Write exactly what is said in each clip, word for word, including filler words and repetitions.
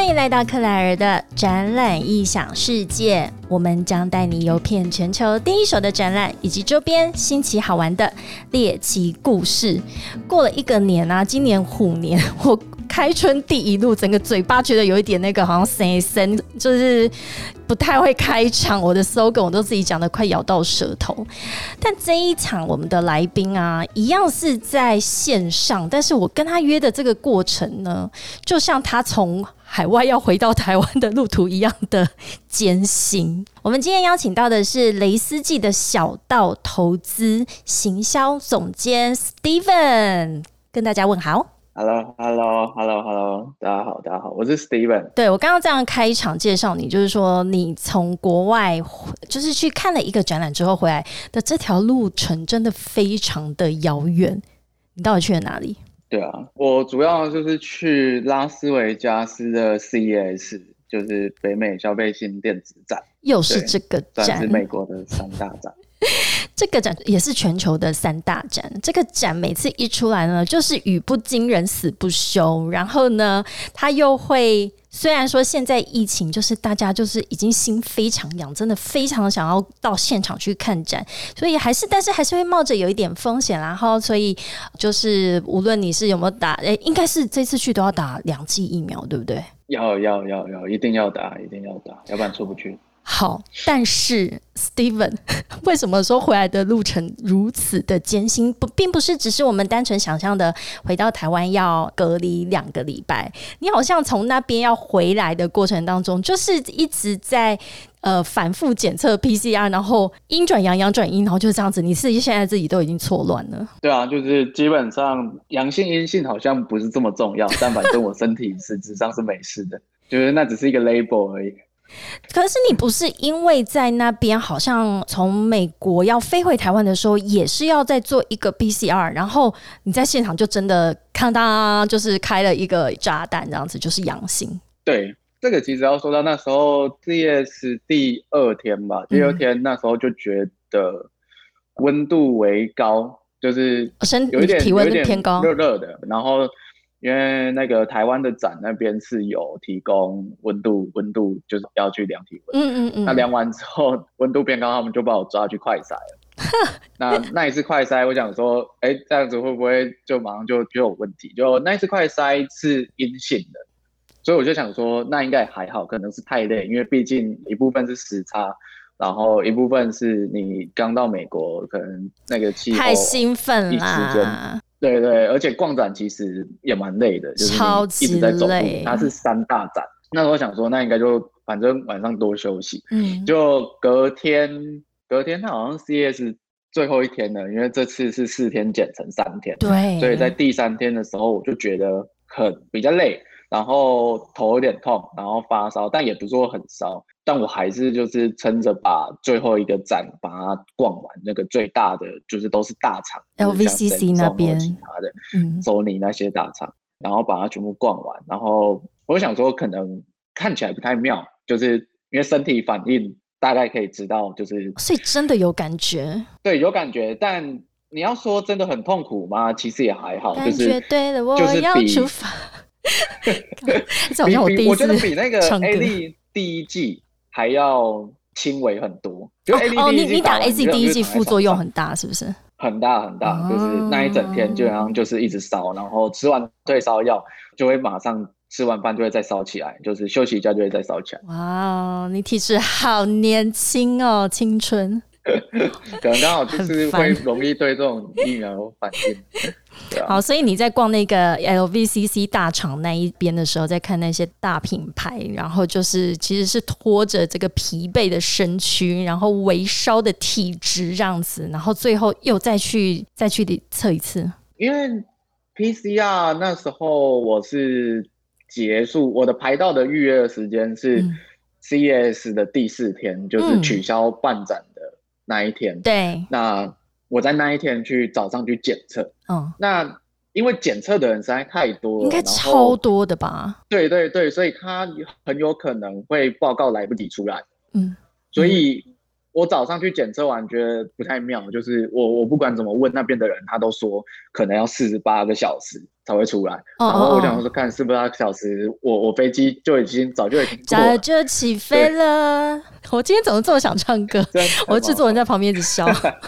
欢迎来到克莱尔的展览异想世界，我们将带你游遍全球第一手的展览以及周边新奇好玩的猎奇故事。过了一个年啊，今年虎年，我开春第一路，整个嘴巴觉得有一点那个好像生生，就是不太会开场，我的 slogan 我都自己讲的快咬到舌头。但这一场我们的来宾啊，一样是在线上，但是我跟他约的这个过程呢，就像他从海外要回到台湾的路途一样的艰辛。我们今天邀请到的是雷思记的小道投资行销总监 Steven， 跟大家问好。 Hello, Hello, Hello, Hello， 大家好，大家好，我是 Steven。 对，我刚刚这样开场介绍你，就是说你从国外就是去看了一个展览之后回来的这条路程真的非常的遥远。你到底去了哪里？ 对啊，我主要就是去拉斯维加斯的 C E S， 就是北美消费性电子展， 又是这个展， 算是美国的三大展。 这个展也是全球的三大展，这个展每次一出来呢，就是语不惊人死不休，然后呢它又会虽然说现在疫情就是大家就是已经心非常痒，真的非常想要到现场去看展，所以还是但是还是会冒着有一点风险，然后所以就是无论你是有没有打、欸、应该是这次去都要打两剂疫苗对不对？ 要要要要一定要打一定要打，要不然出不去。 好，但是 Steven 为什么说回来的路程如此的艰辛？不，并不是只是我们单纯想象的回到台湾要隔离两个礼拜，你好像从那边要回来的过程当中，就是一直在呃反复检测 P C R， 然后阴转阳，阳转阴，然后就这样子，你自己现在自己都已经错乱了。对啊，就是基本上阳性阴性好像不是这么重要，但反正我身体实质上是没事的，就是那只是一个 label 而已。 可是你不是因为在那边好像从美国要飞回台湾的时候也是要再做一个 P C R， 然后你在现场就真的看到就是开了一个炸弹这样子，就是阳性。 对，这个其实要说到那时候 C S 第二天吧，第二天那时候就觉得温度为高，就是有一点体温偏高， 热热的，然后因为那个台湾的展那边是有提供温度，温度就是要去量体温。嗯嗯嗯。那量完之后温度偏高，他们就把我抓去快筛了。那那一次快筛，我想说，哎、欸，这样子会不会就马上就就有问题？就那一次快筛是阴性的，所以我就想说，那应该还好，可能是太累，因为毕竟一部分是时差。然后一部分是你刚到美国，可能那个气候太兴奋啦， 对对，而且逛展其实也蛮累的，就是你一直在走路，它是三大展。那时候想说，那应该就反正晚上多休息。嗯，就隔天，隔天它好像 C E S 最后一天了，因为这次是四天减成三天， 对， 所以在第三天的时候，我就觉得很比较累，然后头有点痛，然后发烧，但也不是说很烧。但我还是就是撑着把最后一个展把它逛完，那个最大的就是都是大厂 L V C C 那边其他的Sony那些大厂，然后把它全部逛完，然后我想说可能看起来不太妙，就是因为身体反应大概可以知道，就是所以真的有感觉， 对，有感觉，但你要说真的很痛苦吗？其实也还好， 感觉对了，我要出发。 这好像我第一次，我觉得比那个 A Z 第一季还要轻微很多。 哦, 哦，你你打 A Z 第一季副作用很大，是不是？ 很大很大，哦、就是那一整天基本上就是一直烧，然后吃完退烧药就会马上吃完饭就会再烧起来，就是休息一下就会再烧起来。 哇，你体质好年轻哦，青春。 可能刚好就是会容易对这种疫苗有反应。啊、 好，所以你在逛那个 L V C C 大厂那一边的时候，在看那些大品牌，然后就是其实是拖着这个疲惫的身躯，然后微烧的体质这样子，然后最后又再去再去测一次。 因为 P C R 那时候我是结束我的排到的预约的时间是 C E S 的第四天，嗯、就是取消办展的那一天。 对， 那我在那一天去早上去检测，嗯，那因为检测的人实在太多了， 应该超多的吧？ 对对对，所以他很有可能会报告来不及出来，嗯，所以我早上去检测完觉得不太妙，就是我我不管怎么问那边的人，他都说可能要四十八个小时才会出来。哦、然后我想说看四十八个小时，我我飞机就已经早就已经过了， 早就起飞了。我今天怎么这么想唱歌？我制作人在旁边一直笑。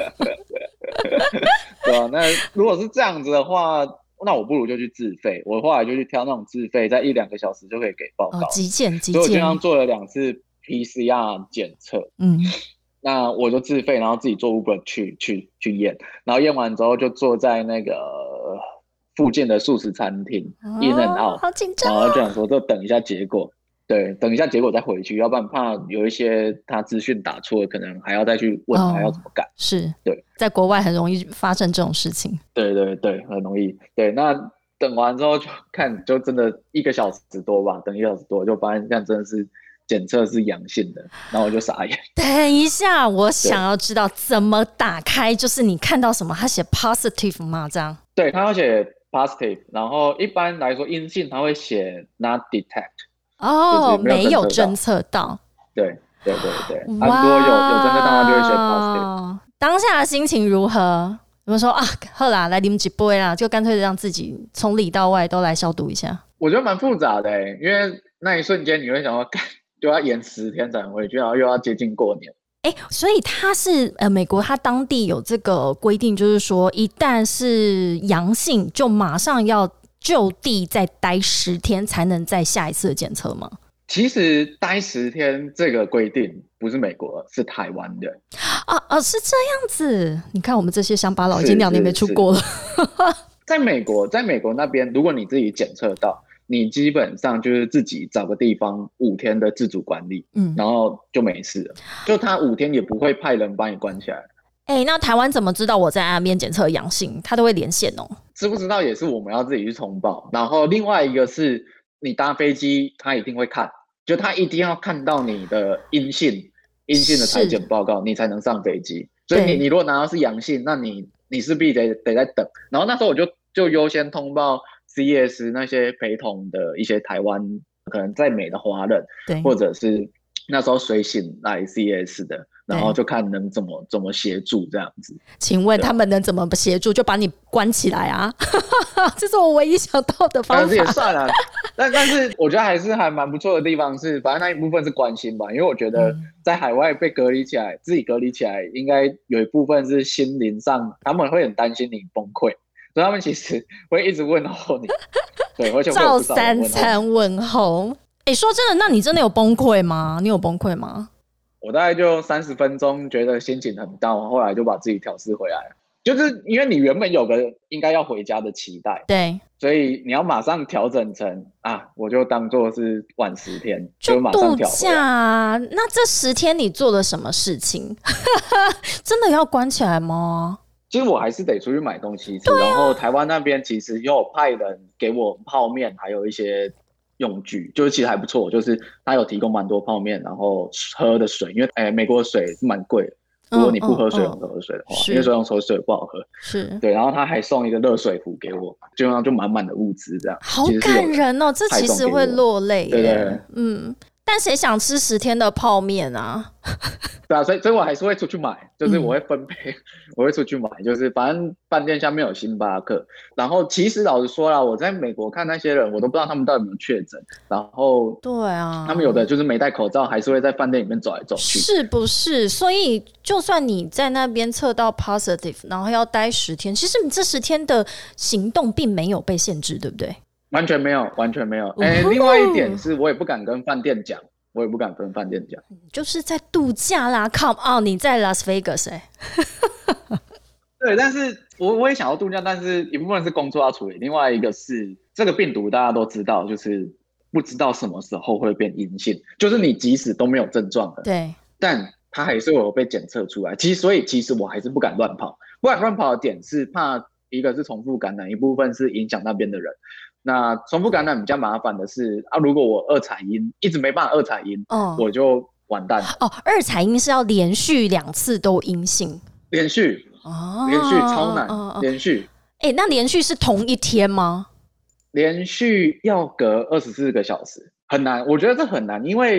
对啊，那如果是这样子的话，那我不如就去自费。我后来就去挑那种自费，在一两个小时就可以给报告。 哦，极简极简。 所以我经常做了两次 P C R 检测。嗯。那我就自费，然后自己做 Uber 去去去验，然后验完之后就坐在那个附近的素食餐厅 In and Out， 好紧张， 然后就想说就等一下结果，对，等一下结果再回去，要不然怕有一些他资讯打错，可能还要再去问还要怎么改。 是， 对， 在国外很容易发生这种事情。 对对对，很容易。对，那等完之后就看，就真的一个小时多吧，等一个小时多就发现这样真的是。检测是阳性的，然后我就傻眼。 等一下，我想要知道怎么打开，就是你看到什么，他写 positive 吗？这样？ 对，他要写 positive， 然后一般来说阴性他会写 not detect， 哦， 就是没有侦测到。 对对对对，啊，如果有有侦测到，他就会写 positive。 当下的心情如何？有没有说啊，好啦，来你们几杯啦，就干脆让自己从里到外都来消毒一下？ 我觉得蛮复杂的、欸，因为那一瞬间你会想要干。就要延十天才能回去，然后又要接近过年。 哎、欸，所以他是呃，美国他当地有这个规定，就是说一旦是阳性，就马上要就地再待十天，才能再下一次的检测吗？ 其实待十天这个规定不是美国，是台湾的。 啊啊，是这样子。你看我们这些乡巴佬已经两年没出国了。 在美国，在美国那边，如果你自己检测到。你基本上就是自己找个地方五天的自主管理，嗯，然后就没事了。就他五天也不会派人把你关起来。 哎、欸，那台湾怎么知道我在那边检测阳性？他都会连线哦。 知不知道也是我们要自己去通报。然后另外一个是你搭飞机，他一定会看，就他一定要看到你的阴性阴性的采检报告，你才能上飞机。所以你你如果拿到是阳性，那你你势必得得在等。然后那时候我就就优先通报。C S 那些陪同的一些台湾可能在美的华人，或者是那时候随行来 C S 的，然后就看能怎么怎么协助这样子。 请问他们能怎么协助？就把你关起来啊？这是我唯一想到的方法。 但是也算了，但但是我觉得还是还蛮不错的地方是，反正那一部分是关心吧，因为我觉得在海外被隔离起来，自己隔离起来，应该有一部分是心灵上，他们会很担心你崩溃。所以他们其实会一直问候你，对，而且照三餐问候。哎、欸，说真的，那你真的有崩溃吗？你有崩溃吗？ 我大概就三十分钟，觉得心情很 down， 后来就把自己调试回来了。就是因为你原本有个应该要回家的期待， 对， 所以你要马上调整成啊，我就当做是晚十天，就马上调回来。 度假啊，那这十天你做了什么事情？真的要关起来吗？ 其实我还是得出去买东西吃，啊、然后台湾那边其实又有派人给我泡面，还有一些用具，就是其实还不错，就是他有提供蛮多泡面，然后喝的水，因为诶、欸、美国的水是蛮贵的，如果你不喝水龙头的水的话，因为水龙头水不好喝， 是对，然后他还送一个热水壶给我，基本上就满满的物资这样， 好感人哦，这其实会落泪耶， 对对对， 嗯。但谁想吃十天的泡面啊？ 对啊，所以所以我还是会出去买，就是我会分配，嗯、我会出去买，就是反正饭店下面有星巴克。然后其实老实说啦，我在美国看那些人，我都不知道他们到底有没有确诊。然后对啊， 他们有的就是没戴口罩，还是会在饭店里面走来走去， 是不是？所以就算你在那边测到 positive， 然后要待十天，其实你这十天的行动并没有被限制，对不对？ 完全没有，完全没有。哎、欸，另外一点是我也不敢跟饭店讲，我也不敢跟饭店讲， 就是在度假啦。Come on， 你在 Las Vegas 哎、欸。 对，但是我我也想要度假，但是一部分是工作要处理，另外一个是这个病毒大家都知道，就是不知道什么时候会变阴性，就是你即使都没有症状了， 对， 但它还是有被检测出来。其实所以其实我还是不敢乱跑，不敢乱跑的点是怕一个是重复感染，一部分是影响那边的人。那重复感染比较麻烦的是啊，如果我二采阴一直没办法二采阴，哦，我就完蛋了。 哦，二采阴是要连续两次都阴性， 连续哦，连续超难，哦哦、连续。 哎、欸，那连续是同一天吗？ 连续要隔二十四个小时，很难，我觉得这很难，因为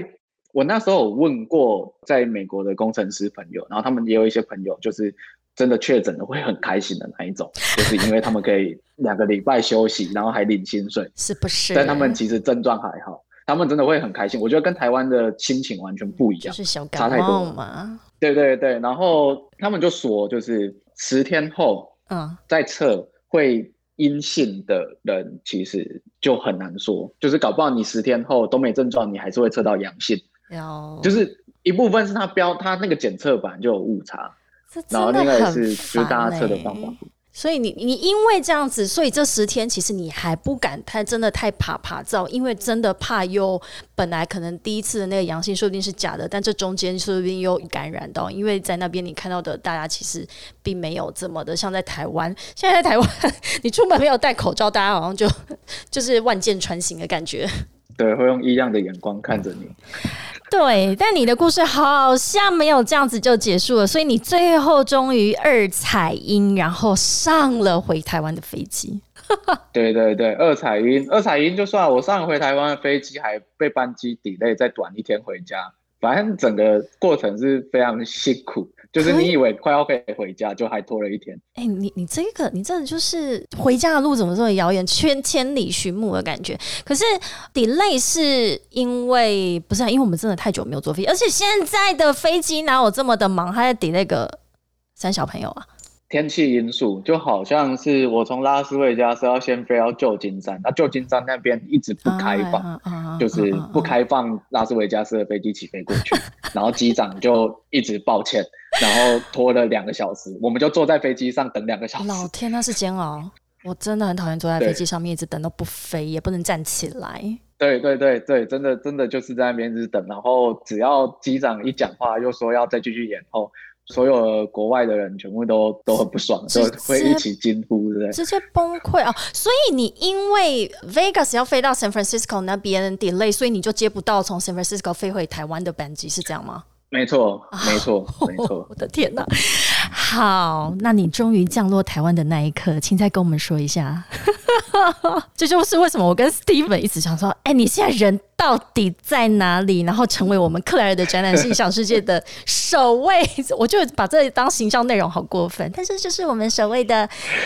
我那时候有问过在美国的工程师朋友，然后他们也有一些朋友就是真的确诊了会很开心的那一种，就是因为他们可以两个礼拜休息，然后还领薪水， 是不是？ 但他们其实症状还好，他们真的会很开心。我觉得跟台湾的心情完全不一样， 就是小感冒嘛。 对对对，然后他们就说，就是十天后，嗯，再测会阴性的人，其实就很难说，就是搞不好你十天后都没症状，你还是会测到阳性。就是一部分是他标他那个检测版就有误差，然后另外是就是大家测的方法。 所以你你因为这样子，所以这十天其实你还不敢太真的太爬爬照，因为真的怕又本来可能第一次的那个阳性说不定是假的，但这中间说不定又感染到，因为在那边你看到的大家其实并没有这么的像在台湾，现在在台湾你出门没有戴口罩，大家好像就就是万箭穿心的感觉。 对，会用异样的眼光看着你。 对，但你的故事好像没有这样子就结束了，所以你最后终于二采阴，然后上了回台湾的飞机。 对对对，二采阴，二采阴就算了，我上回台湾的飞机还被班机 delay 再短一天回家，反正整个过程是非常辛苦。就是你以为快要可以回家，就还拖了一天。 哎、欸，你你这个，你真的就是回家的路怎么这么遥远，千千里寻母的感觉。可是 delay 是因为不是、啊，因为我们真的太久没有坐飞机，而且现在的飞机哪有这么的忙，还在 delay 个三小朋友啊？ 天气因素，就好像是我从拉斯维加斯要先飞到旧金山，那旧金山那边一直不开放，啊啊啊、就是不开放拉斯维加斯的飞机起飞过去，然后机长就一直抱歉，然后拖了两个小时，我们就坐在飞机上等两个小时。 老天，那是煎熬！我真的很讨厌坐在飞机上面一直等都不飞，也不能站起来。 对对对对，真的真的就是在那边一直等，然后只要机长一讲话，又说要再继续延后。所有国外的人全部都都很不爽，就会一起惊呼，对， 直接崩溃哦。所以你因为 Vegas 要飞到 San Francisco 那边 delay， 所以你就接不到从 San Francisco 飞回台湾的班机，是这样吗？ 没错，没错，啊、没错。 我的天哪！好，那你终于降落台湾的那一刻，请再跟我们说一下。这就是为什么我跟 Steven 一直想说，哎、欸，你现在人到底在哪里？然后成为我们克莱尔的展览性小世界的首位，我就把这里当行销内容，好过分。但是就是我们首位的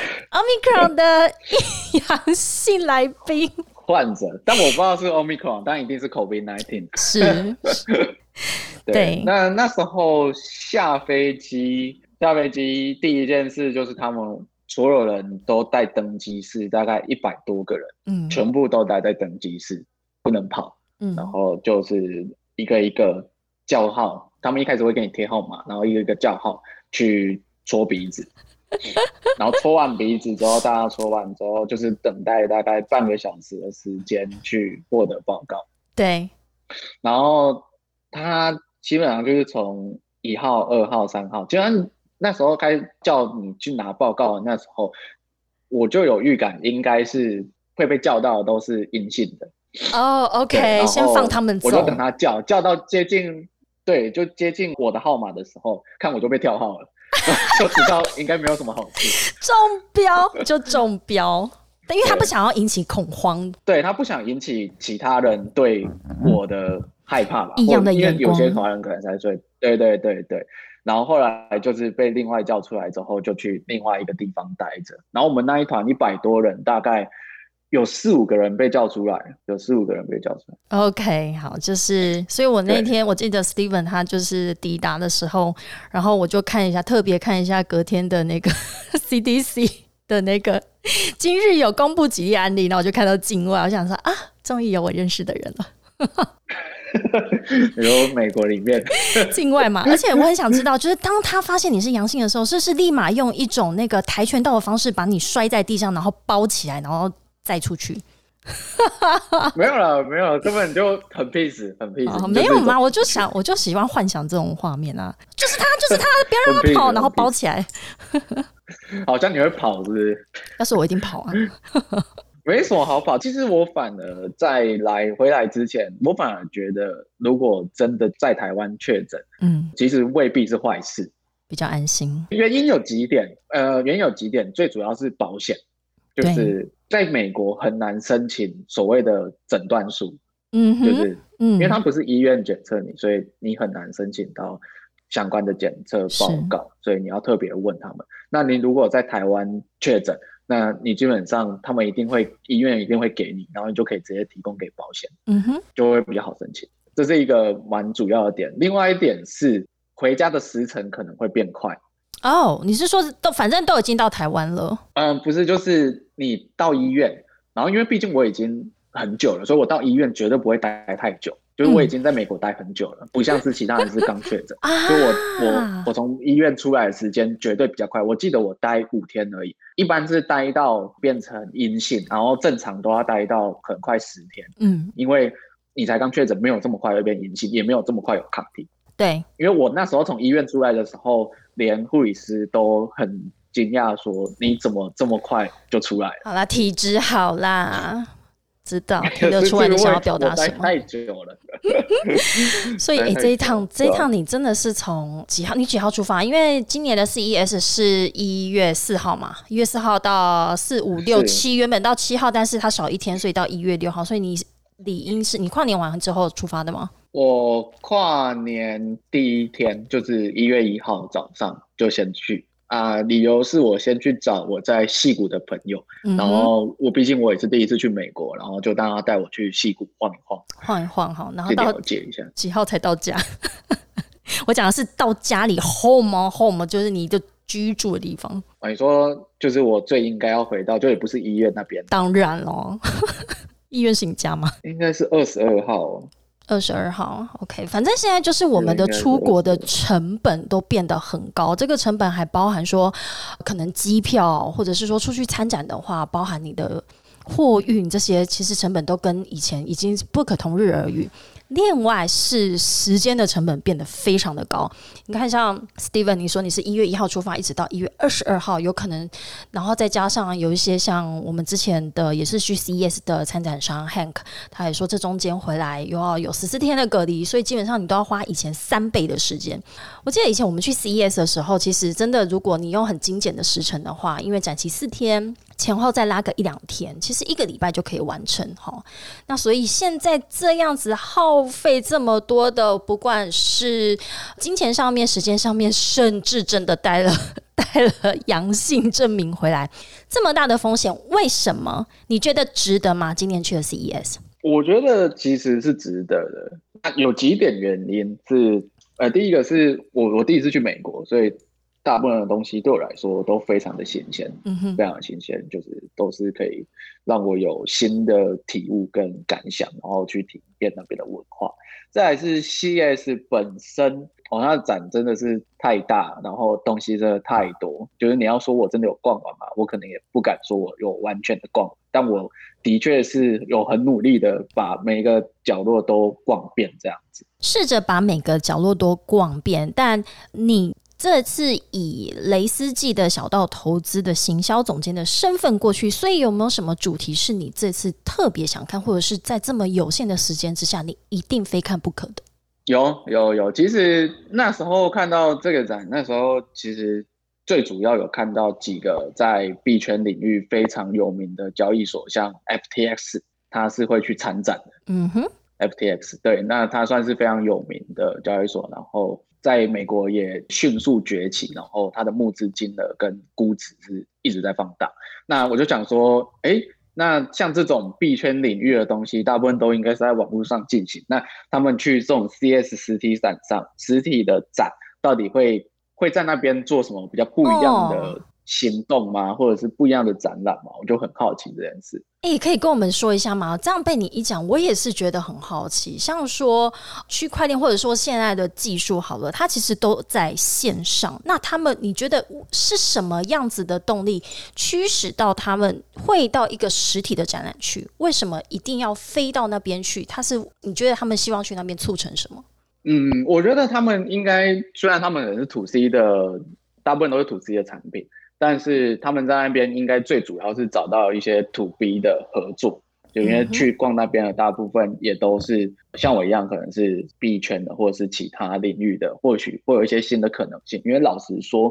Omicron 的阳性来宾患者，但我不知道是 Omicron， 但一定是 COVID 十九。 是。 对，对，那那时候下飞机，下飞机第一件事就是他们所有人都在登机室，大概一百多个人，嗯，全部都待在登机室，不能跑，嗯，然后就是一个一个叫号，他们一开始会给你贴号码，然后一个一个叫号去戳鼻子，然后戳完鼻子之后，大家戳完之后就是等待大概半个小时的时间去获得报告， 对， 然后他基本上就是从一号、二号、三号，基本上那时候开始叫你去拿报告的那时候，我就有预感，应该是会被叫到的都是阴性的。 哦、oh, ，OK， 先放他们走。 我就等他叫，叫到接近，对，就接近我的号码的时候，看我就被跳号了，就知道应该没有什么好事。 中标就中标。因为他不想要引起恐慌， 对，他不想引起其他人对我的害怕吧， 异样的眼光， 因为有些华人可能才对，对对对对。然后后来就是被另外叫出来之后，就去另外一个地方待着。然后我们那一团一百多人，大概有四五个人被叫出来，有四五个人被叫出来。 OK， 好，就是，所以我那天我记得 Steven 他就是抵达的时候，然后我就看一下，特别看一下隔天的那个 C D C 的那个。今日有公布几例案例，然后我就看到境外，我想说啊，终于有我认识的人了。 有美国里面境外嘛，而且我很想知道，就是当他发现你是阳性的时候，是不是立马用一种那个跆拳道的方式把你摔在地上，然后包起来，然后再出去？ 没有了，没有，根本就很 peace， 很 peace、哦。 没有嘛，我就想，我就喜欢幻想这种画面啊，就是他，就是他，不要让他跑，然后包起来。 好像你会跑是不是？ 要是我一定跑啊。 没什么好跑。其实我反而在来回来之前，我反而觉得，如果真的在台湾确诊，嗯，其实未必是坏事， 比较安心。 原因有几点，呃，原因有几点，最主要是保险，就是在美国很难申请所谓的诊断书。 嗯，就是因为它不是医院检测你，所以你很难申请到相关的检测报告，所以你要特别问他们。那你如果在台湾确诊，那你基本上他们一定会医院一定会给你，然后你就可以直接提供给保险，嗯哼，就会比较好申请。这是一个蛮主要的点。另外一点是回家的时程可能会变快。 哦，你是说都反正都已经到台湾了？ 嗯，不是，就是你到医院，然后因为毕竟我已经很久了，所以我到医院绝对不会待太久。就是我已经在美国待很久了，嗯、不像是其他人是刚确诊。就我我我从医院出来的时间绝对比较快。我记得我待五天而已，一般是待到变成阴性，然后正常都要待到很快十天。嗯，因为你才刚确诊，没有这么快会变阴性，也没有这么快有抗体。 对， 因为我那时候从医院出来的时候，连护理师都很惊讶，说你怎么这么快就出来了？ 好啦，体质好啦。知道听得出来你想要表达什么。 太久了所以、欸、这一趟这一趟你真的是从几号你几号出发？因为今年的 C E S 是一月四号嘛，一月四号到四五六七，原本到七号，但是它少一天，所以到一月六号。所以你理应是你跨年完之后出发的吗？ 我跨年第一天就是一月一号早上就先去啊、呃，理由是我先去找我在矽谷的朋友，嗯、然后我毕竟我也是第一次去美国，然后就让他带我去矽谷晃一晃， 晃一晃好，然后到了解一下几号才到家？我讲的是到家里 home home 就是你的居住的地方。 啊、你说就是我最应该要回到，就也不是医院那边， 当然咯，医院是你家吗？ 应该是二十二号。 二十二号 OK， 反正现在就是我们的出国的成本都变得很高，这个成本还包含说可能机票，或者是说出去参展的话包含你的货运，这些其实成本都跟以前已经不可同日而语。另外是时间的成本变得非常的高，你看像 Steven 你说你是一月一号出发一直到一月二十二号，有可能然后再加上有一些像我们之前的也是去 C E S 的参展商 Hank 他也说这中间回来又要有十四天的隔离，所以基本上你都要花以前三倍的时间。我记得以前我们去 C E S 的时候，其实真的如果你用很精简的时程的话，因为展期四天前后再拉个一两天，其实一个礼拜就可以完成。那所以现在这样子耗费这么多的，不管是金钱上面、时间上面，甚至真的带了带了阳性证明回来，这么大的风险，为什么？你觉得值得吗？今年去的 C E S， 我觉得其实是值得的。那有几点原因是，呃，第一个是我我第一次去美国，所以大部分的东西对我来说都非常的新鲜，嗯哼，非常的新鲜，就是都是可以让我有新的体悟跟感想，然后去体验那边的文化。再来是 C E S 本身，哦，它的展真的是太大，然后东西真的太多，就是你要说我真的有逛完嘛，我可能也不敢说我有完全的逛完，但我的确是有很努力的把每个角落都逛遍，这样子。 试着把每个角落都逛遍，但你这次以雷思季的小道投资的行销总监的身份过去，所以有没有什么主题是你这次特别想看，或者是在这么有限的时间之下你一定非看不可的？ 有有有，其实那时候看到这个展，那时候其实最主要有看到几个在币圈领域非常有名的交易所，像 F T X 它是会去参展的。嗯哼 F T X 对，那它算是非常有名的交易所，然后在美国也迅速崛起，然后它的募资金额跟估值是一直在放大。那我就想说，哎，那像这种币圈领域的东西，大部分都应该是在网络上进行。那他们去这种 C S 实体展上，实体的展到底会会在那边做什么比较不一样的行动吗？ Oh. 或者是不一样的展览吗？我就很好奇这件事。 欸，可以跟我们说一下吗？这样被你一讲，我也是觉得很好奇。像说区块链，或者说现在的技术好了，它其实都在线上。那他们，你觉得是什么样子的动力驱使到他们会到一个实体的展览去？为什么一定要飞到那边去？他是你觉得他们希望去那边促成什么？ 嗯，我觉得他们应该，虽然他们也是 to C 的，大部分都是 to C 的产品。但是他们在那边应该最主要是找到一些 to B 的合作，就因为去逛那边的大部分也都是像我一样可能是币圈的或者是其他领域的，或许会有一些新的可能性。因为老实说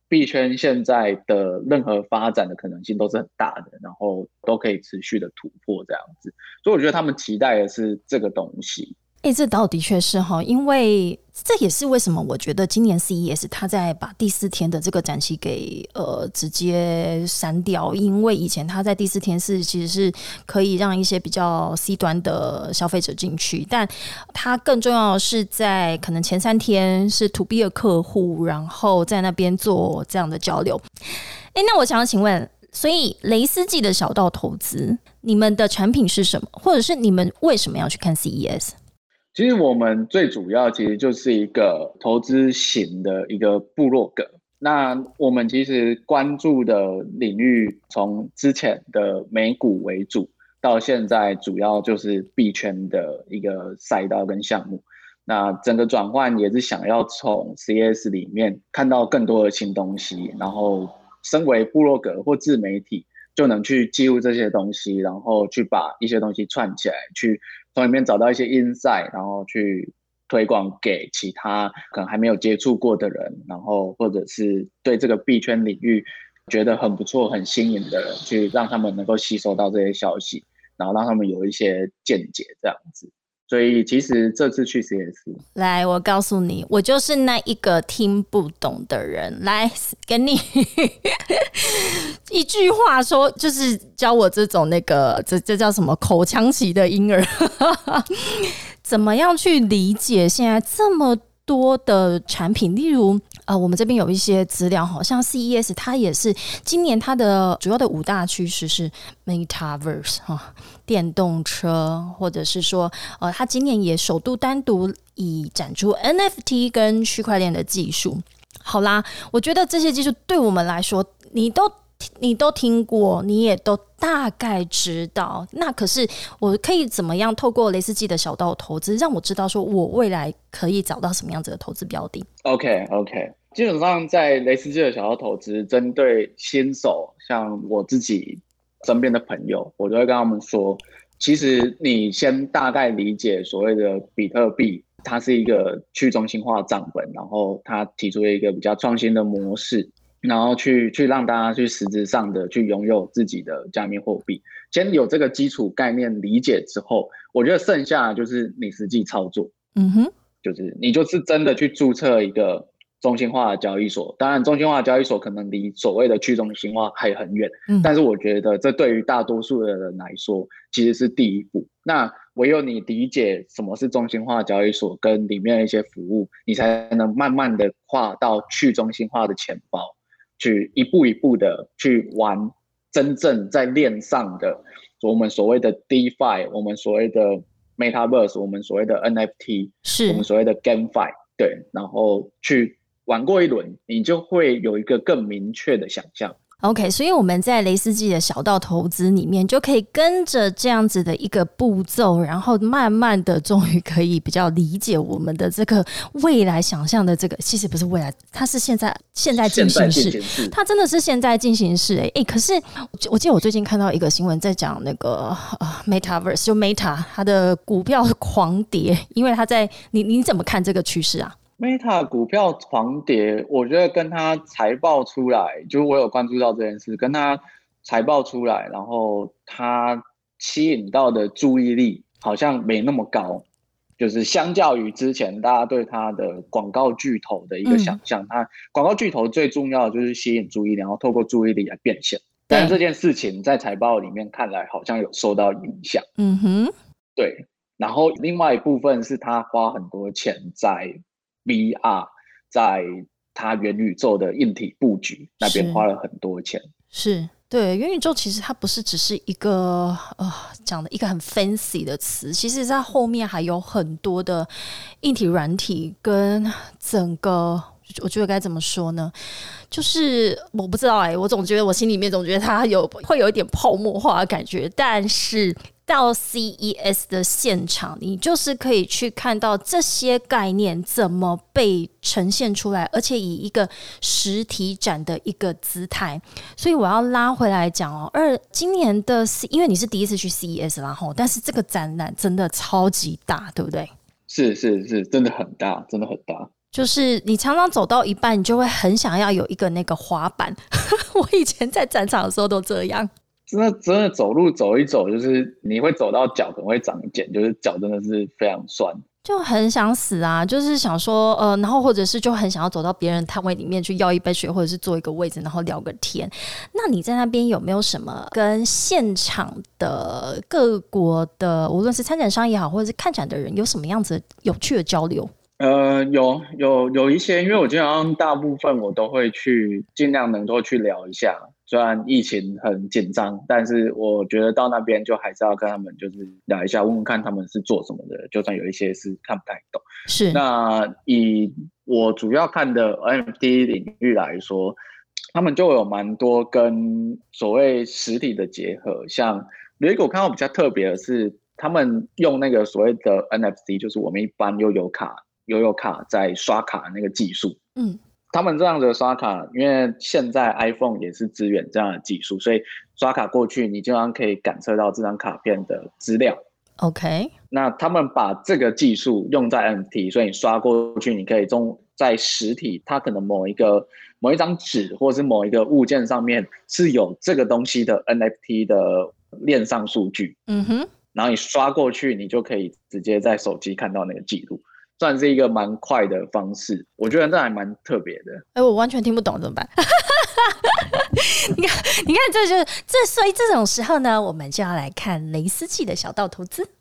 币圈现在的任何发展的可能性都是很大的，然后都可以持续的突破这样子，所以我觉得他们期待的是这个东西。 哎、欸，这倒的确是哈，因为这也是为什么我觉得今年 C E S 它在把第四天的这个展期给呃直接删掉，因为以前它在第四天是其实是可以让一些比较 C 端的消费者进去，但它更重要的是在可能前三天是 To B 的客户，然后在那边做这样的交流。哎、欸，那我想要请问，所以雷思季的小道投资，你们的产品是什么，或者是你们为什么要去看 C E S？ 其实我们最主要其实就是一个投资型的一个部落格，那我们其实关注的领域从之前的美股为主，到现在主要就是币圈的一个赛道跟项目，那整个转换也是想要从 C E S 里面看到更多的新东西，然后身为部落格或自媒体就能去记录这些东西，然后去把一些东西串起来，去从里面找到一些 insight， 然后去推广给其他可能还没有接触过的人，然后或者是对这个币圈领域觉得很不错很新颖的人，去让他们能够吸收到这些消息，然后让他们有一些见解这样子。所以其实这次去 C E S， 来，我告诉你，我就是那一个听不懂的人。来，跟你一句话说，就是教我这种那个这这叫什么口腔期的婴儿，怎么样去理解现在这么多的产品，例如呃，我们这边有一些资料，好像 C E S 它也是今年它的主要的五大趋势是 Metaverse 哈，电动车，或者是说呃，它今年也首度单独以展出 N F T 跟区块链的技术。好啦，我觉得这些技术对我们来说，你都你都听过，你也都大概知道。那可是我可以怎么样透过雷思季的小道投资，让我知道说我未来可以找到什么样子的投资标的 ？OK OK， 基本上在雷思季的小道投资，针对新手，像我自己身边的朋友，我都会跟他们说，其实你先大概理解所谓的比特币。它是一个去中心化账本，然后它提出了一个比较创新的模式，然后去去让大家去实质上的去拥有自己的加密货币。先有这个基础概念理解之后，我觉得剩下就是你实际操作，嗯哼，就是你就是真的去注册一个中心化的交易所。当然，中心化的交易所可能离所谓的去中心化还很远，嗯，但是我觉得这对于大多数的人来说，其实是第一步。那唯有你理解什么是中心化交易所跟里面的一些服务，你才能慢慢的跨到去中心化的钱包，去一步一步的去玩真正在链上的我们所谓的 DeFi， 我们所谓的 Metaverse， 我们所谓的 N F T， 我们所谓的 GameFi， 对，然后去玩过一轮，你就会有一个更明确的想象。 OK， 所以我们在雷思季的小道投资里面，就可以跟着这样子的一个步骤，然后慢慢的，终于可以比较理解我们的这个未来想象的这个，其实不是未来，它是现在现在进行式，它真的是现在进行式。哎、欸，可是我记得我最近看到一个新闻，在讲那个、呃、Metaverse， 就 Meta 它的股票狂跌，因为它在你你怎么看这个趋势啊 ？Meta 股票狂跌，我觉得跟他财报出来，就是我有关注到这件事，跟他财报出来，然后他吸引到的注意力好像没那么高，就是相较于之前大家对他的广告巨头的一个想象，他、嗯、广告巨头最重要的就是吸引注意力，然后透过注意力来变现。但是这件事情在财报里面看来好像有受到影响。嗯哼，对。然后另外一部分是他花很多钱在V R， 在它元宇宙的硬体布局那边花了很多钱。 是，对，元宇宙其实它不是只是一个呃讲的一个很 fancy 的词，其实在后面还有很多的硬体软体跟整个，我觉得该怎么说呢，就是我不知道哎、欸，我总觉得我心里面总觉得它有会有一点泡沫化的感觉，但是到 C E S 的现场，你就是可以去看到这些概念怎么被呈现出来，而且以一个实体展的一个姿态。所以我要拉回来讲哦，而今年的 C， 因为你是第一次去 C E S 啦吼，但是这个展览真的超级大，对不对？ 是是是，真的很大，真的很大。 就是你常常走到一半，你就会很想要有一个那个滑板。我以前在展场的时候都这样。 真的真的走路走一走，就是你会走到脚可能会长茧，就是脚真的是非常酸， 就很想死啊！就是想说，呃，然后或者是就很想要走到别人摊位里面去要一杯水，或者是坐一个位置，然后聊个天。那你在那边有没有什么跟现场的各国的，无论是参展商也好，或者是看展的人，有什么样子有趣的交流？ 呃，有有有一些，因为我基本上大部分我都会去，尽量能够去聊一下。虽然疫情很紧张，但是我觉得到那边就还是要跟他们就是聊一下，问问看他们是做什么的，就算有一些是看不太懂。 是。 那以我主要看的 N F T 领域来说，他们就有蛮多跟所谓实体的结合，像有一个我看到比较特别的是，他们用那个所谓的 N F T， 就是我们一般悠游卡悠游卡在刷卡的那个技术。嗯。他们这样的刷卡，因为现在 iPhone 也是支援这样的技术，所以刷卡过去，你经常可以感测到这张卡片的资料。 OK， 那他们把这个技术用在 N F T， 所以你刷过去，你可以中在实体，它可能某一个某一张纸或是某一个物件上面是有这个东西的 N F T 的链上数据。嗯哼，然后你刷过去，你就可以直接在手机看到那个记录。算是一个蛮快的方式，我觉得这还蛮特别的。 哎、欸，我完全听不懂怎么办？你看，你看，这就是这，所以这种时候呢，我们就要来看雷思季的小道投资。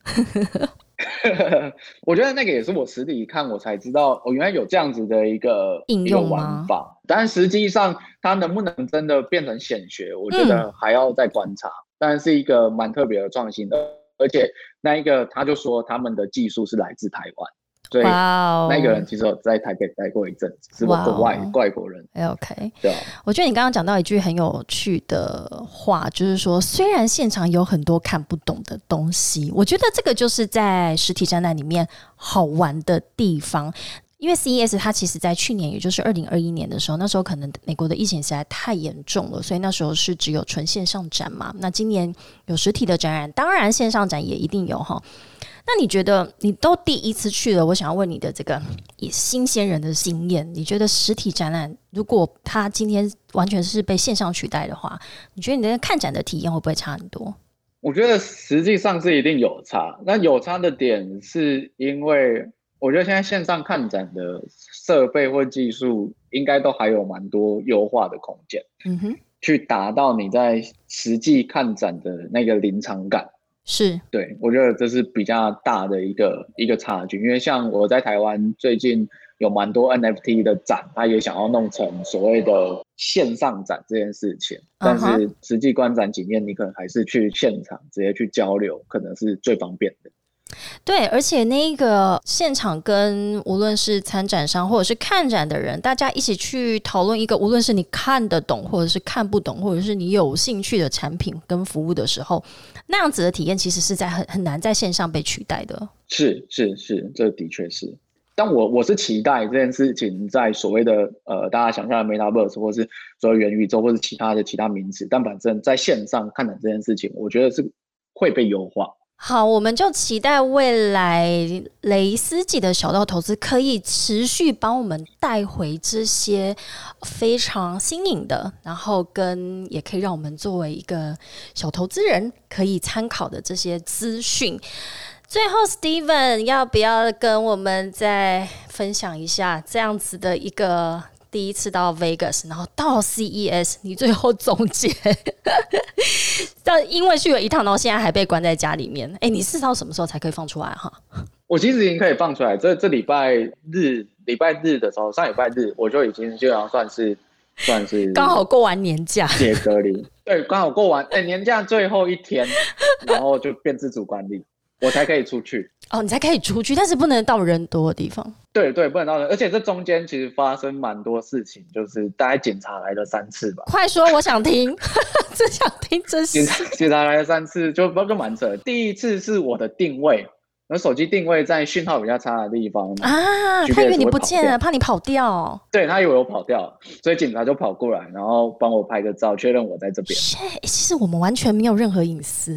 我觉得那个也是我实体看我才知道，我、哦、原来有这样子的一个应用玩法。但实际上它能不能真的变成显学，我觉得还要再观察。嗯、但是一个蛮特别的创新的，而且那一个他就说他们的技术是来自台湾。所以那个人其实有在台北待过一阵子，是国外外国人。 OK， 对啊。 我觉得你刚刚讲到一句很有趣的话，就是说，虽然现场有很多看不懂的东西，我觉得这个就是在实体展览里面好玩的地方。因为 C E S 它其实在去年，也就是二零二一年的时候，那时候可能美国的疫情实在太严重了，所以那时候是只有纯线上展嘛。那今年有实体的展览，当然线上展也一定有哈。那你觉得你都第一次去了，我想要问你的这个新鲜人的经验，你觉得实体展览如果它今天完全是被线上取代的话，你觉得你的看展的体验会不会差很多？ 我觉得实际上是一定有差，那有差的点是因为我觉得现在线上看展的设备或技术应该都还有蛮多优化的空间，嗯哼，去达到你在实际看展的那个临场感。 是， 对，我觉得这是比较大的一个一个差距，因为像我在台湾最近有蛮多 N F T 的展，他也想要弄成所谓的线上展这件事情，但是实际观展经验你可能还是去现场直接去交流，可能是最方便的。 对，而且那个现场跟无论是参展商或者是看展的人，大家一起去讨论一个无论是你看得懂或者是看不懂或者是你有兴趣的产品跟服务的时候，那样子的体验其实是在很很难在线上被取代的。 是是是，这的确是。但我我是期待这件事情在所谓的呃大家想象的 Metaverse 或是所谓元宇宙或是其他的其他名词，但反正在线上看展这件事情，我觉得是会被优化。 好，我们就期待未来雷思季的小道投资可以持续帮我们带回这些非常新颖的，然后跟也可以让我们作为一个小投资人可以参考的这些资讯。最后 Steven 要不要跟我们再分享一下这样子的一个第一次到 Vegas， 然后到 C E S， 你最后总结但因为去了一趟，然后现在还被关在家里面，哎，你是到什么时候才可以放出来哈？ 我其实已经可以放出来，这这礼拜日礼拜日的时候，上礼拜日我就已经基本上算是算是刚好过完年假， 解隔离，对，刚好过完，哎，年假最后一天，然后就变自主管理，我才可以出去。 哦，你才可以出去，但是不能到人多的地方。 对对，不能到人，而且这中间其实发生蛮多事情，就是大概检查来了三次吧。 快说，我想听，真想听真是。 检查检查来了三次，就就蛮扯的。第一次是我的定位，我手机定位在讯号比较差的地方啊，他以为你不见了，怕你跑掉。 对，他以为我跑掉，所以警察就跑过来，然后帮我拍个照，确认我在这边。 其实我们完全没有任何隐私哎、欸。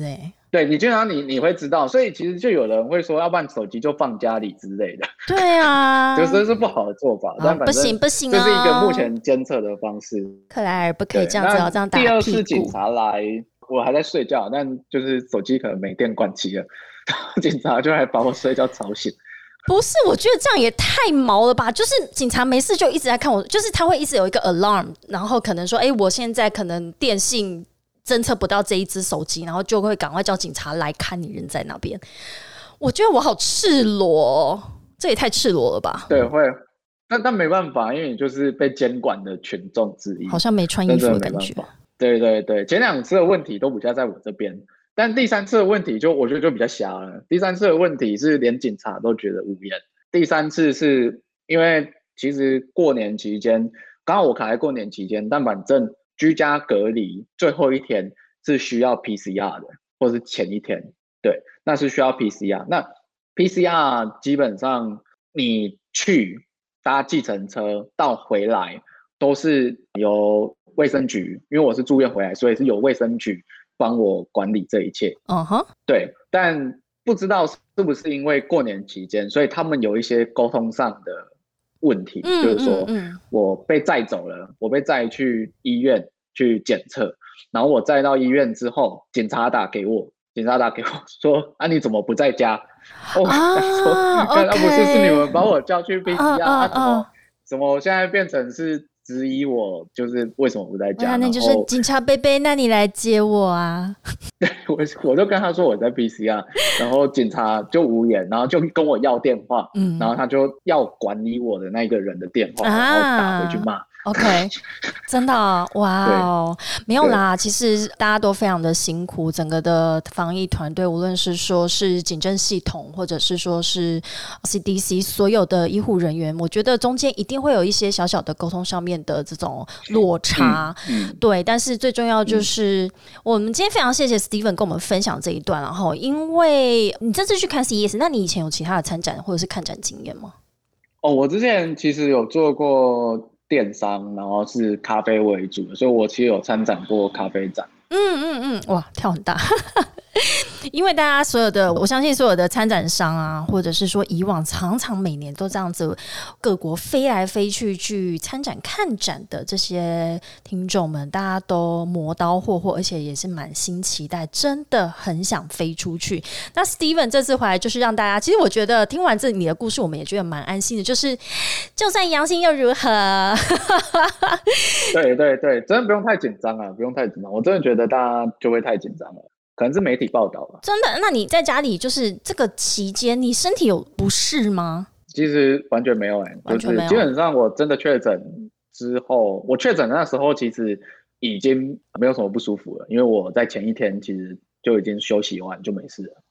对，你经常你你会知道，所以其实就有人会说，要不然手机就放家里之类的。 对啊， 就是是不好的做法，哦、但反正不行不行、哦， 这是一个目前监测的方式。 克莱尔不可以这样子，这样打屁股。 第二次警察来，我还在睡觉，但就是手机可能没电关机了，警察就还把我睡觉吵醒。 不是，我觉得这样也太毛了吧！就是警察没事就一直在看我，就是他会一直有一个 alarm， 然后可能说，哎、欸，我现在可能电信侦测不到这一只手机，然后就会赶快叫警察来看你人在那边。我觉得我好赤裸，这也太赤裸了吧？ 对，会，但但没办法，因为你就是被监管的群众之一， 好像没穿衣服的感觉。 对对对，前两次的问题都比较在我这边。但第三次的问题就我觉得就比较瞎了。第三次的问题是连警察都觉得无言。第三次是因为其实过年期间，刚好我卡在过年期间，但反正居家隔离最后一天是需要 P C R 的，或是前一天，对，那是需要 P C R。那 P C R 基本上你去搭计程车到回来都是由卫生局，因为我是住院回来，所以是由卫生局帮我管理这一切。嗯哼，对，但不知道是不是因为过年期间，所以他们有一些沟通上的问题，嗯、就是说我被载走了，我被载去医院去检测，然后我载到医院之后，警察打给我，警察打给我说：“啊，你怎么不在家？”我跟他说：“刚刚不是是你们把我叫去 P C R， 啊，怎么怎么现在变成是？”质疑我就是为什么不在家， 那就是警察贝贝，那你来接我啊？ 对，我我就跟他说我在 P C R， 然后警察就无言，然后就跟我要电话，嗯、然后他就要管理我的那个人的电话，啊、然后打回去骂。 OK， 真的、哦、哇哦，没有啦，其实大家都非常的辛苦，整个的防疫团队，无论是说是警政系统，或者是说是 C D C 所有的医护人员，我觉得中间一定会有一些小小的沟通上面的这种落差，嗯嗯、对，但是最重要就是、嗯、我们今天非常谢谢 Steven 跟我们分享这一段，然后因为你这次去看 C E S， 那你以前有其他的参展或者是看展经验吗？ 哦，我之前其实有做过电商，然后是咖啡为主的，所以我其实有参展过咖啡展。 嗯嗯嗯，哇，跳很大。因为大家所有的，我相信所有的参展商啊，或者是说以往常常每年都这样子各国飞来飞去去参展看展的这些听众们，大家都磨刀霍霍，而且也是满心期待，真的很想飞出去。那 Steven 这次回来就是让大家，其实我觉得听完这你的故事，我们也觉得蛮安心的，就是就算阳性又如何？ 对对对，真的不用太紧张啊，不用太紧张，我真的觉得大家就会太紧张了。可能是媒体报道吧。 真的？那你在家里就是这个期间，你身体有不适吗？ 其实完全没有哎、欸， 完全没有。 就是基本上我真的确诊之后，我确诊的那时候其实已经没有什么不舒服了，因为我在前一天其实就已经休息完就没事了。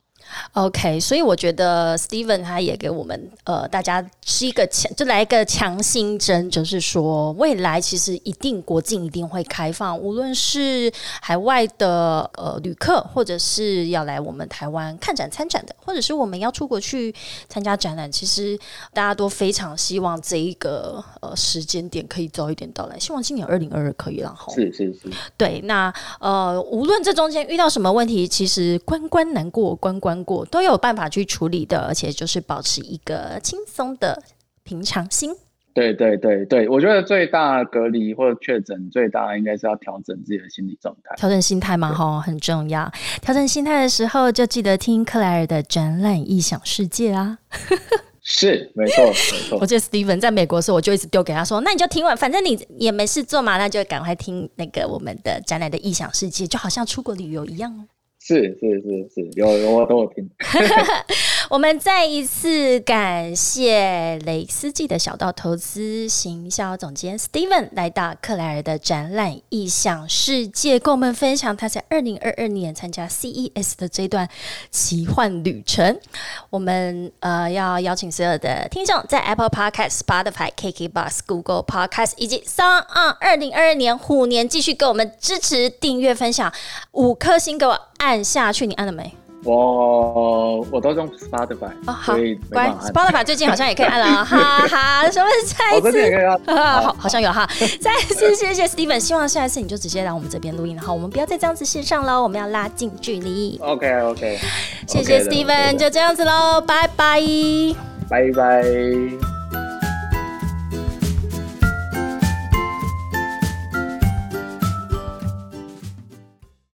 OK， 所以我觉得 Steven 他也给我们呃大家是一个强，就来一个强心针，就是说未来其实一定国境一定会开放，无论是海外的呃旅客，或者是要来我们台湾看展参展的，或者是我们要出国去参加展览，其实大家都非常希望这一个呃时间点可以早一点到来，希望今年二零二二可以了哈。 是是是， 对，那呃无论这中间遇到什么问题，其实关关难过关关过都有办法去处理的，而且就是保持一个轻松的平常心。 对对对对，我觉得最大隔离或者确诊最大应该是要调整自己的心理状态， 调整心态嘛，吼，很重要。调整心态的时候，就记得听克莱尔的展览异想世界啊。 是，没错，没错。 我记得 Steven 在美国的时候，我就一直丢给他说：“那你就听完，反正你也没事做嘛，那就赶快听那个我们的展览的异想世界，就好像出国旅游一样哦。” 是是是是，有有我都有听。 我们再一次感谢雷思记的小道投资行销总监 Steven 来到克莱尔的展览异想世界，跟我们分享他在二零二二年参加 C E S 的这段奇幻旅程。我们呃要邀请所有的听众在 Apple Podcast、Spotify、K K B O X、Google Podcast 以及 SoundOn 二零二二年虎年继续给我们支持、订阅、分享，五颗星给我按下去，你按了没？ 我我都用 Spotify 哦，好，乖 ，Spotify 最近好像也可以按了，哈哈，什么再一次？ 我这边也可以按， 好，好像有哈。再一次谢谢 Steven， 希望下一次你就直接来我们这边录音，然后我们不要再这样子线上喽，我们要拉近距离。 OK OK， 谢谢 Steven， 就这样子喽，拜拜， 拜拜。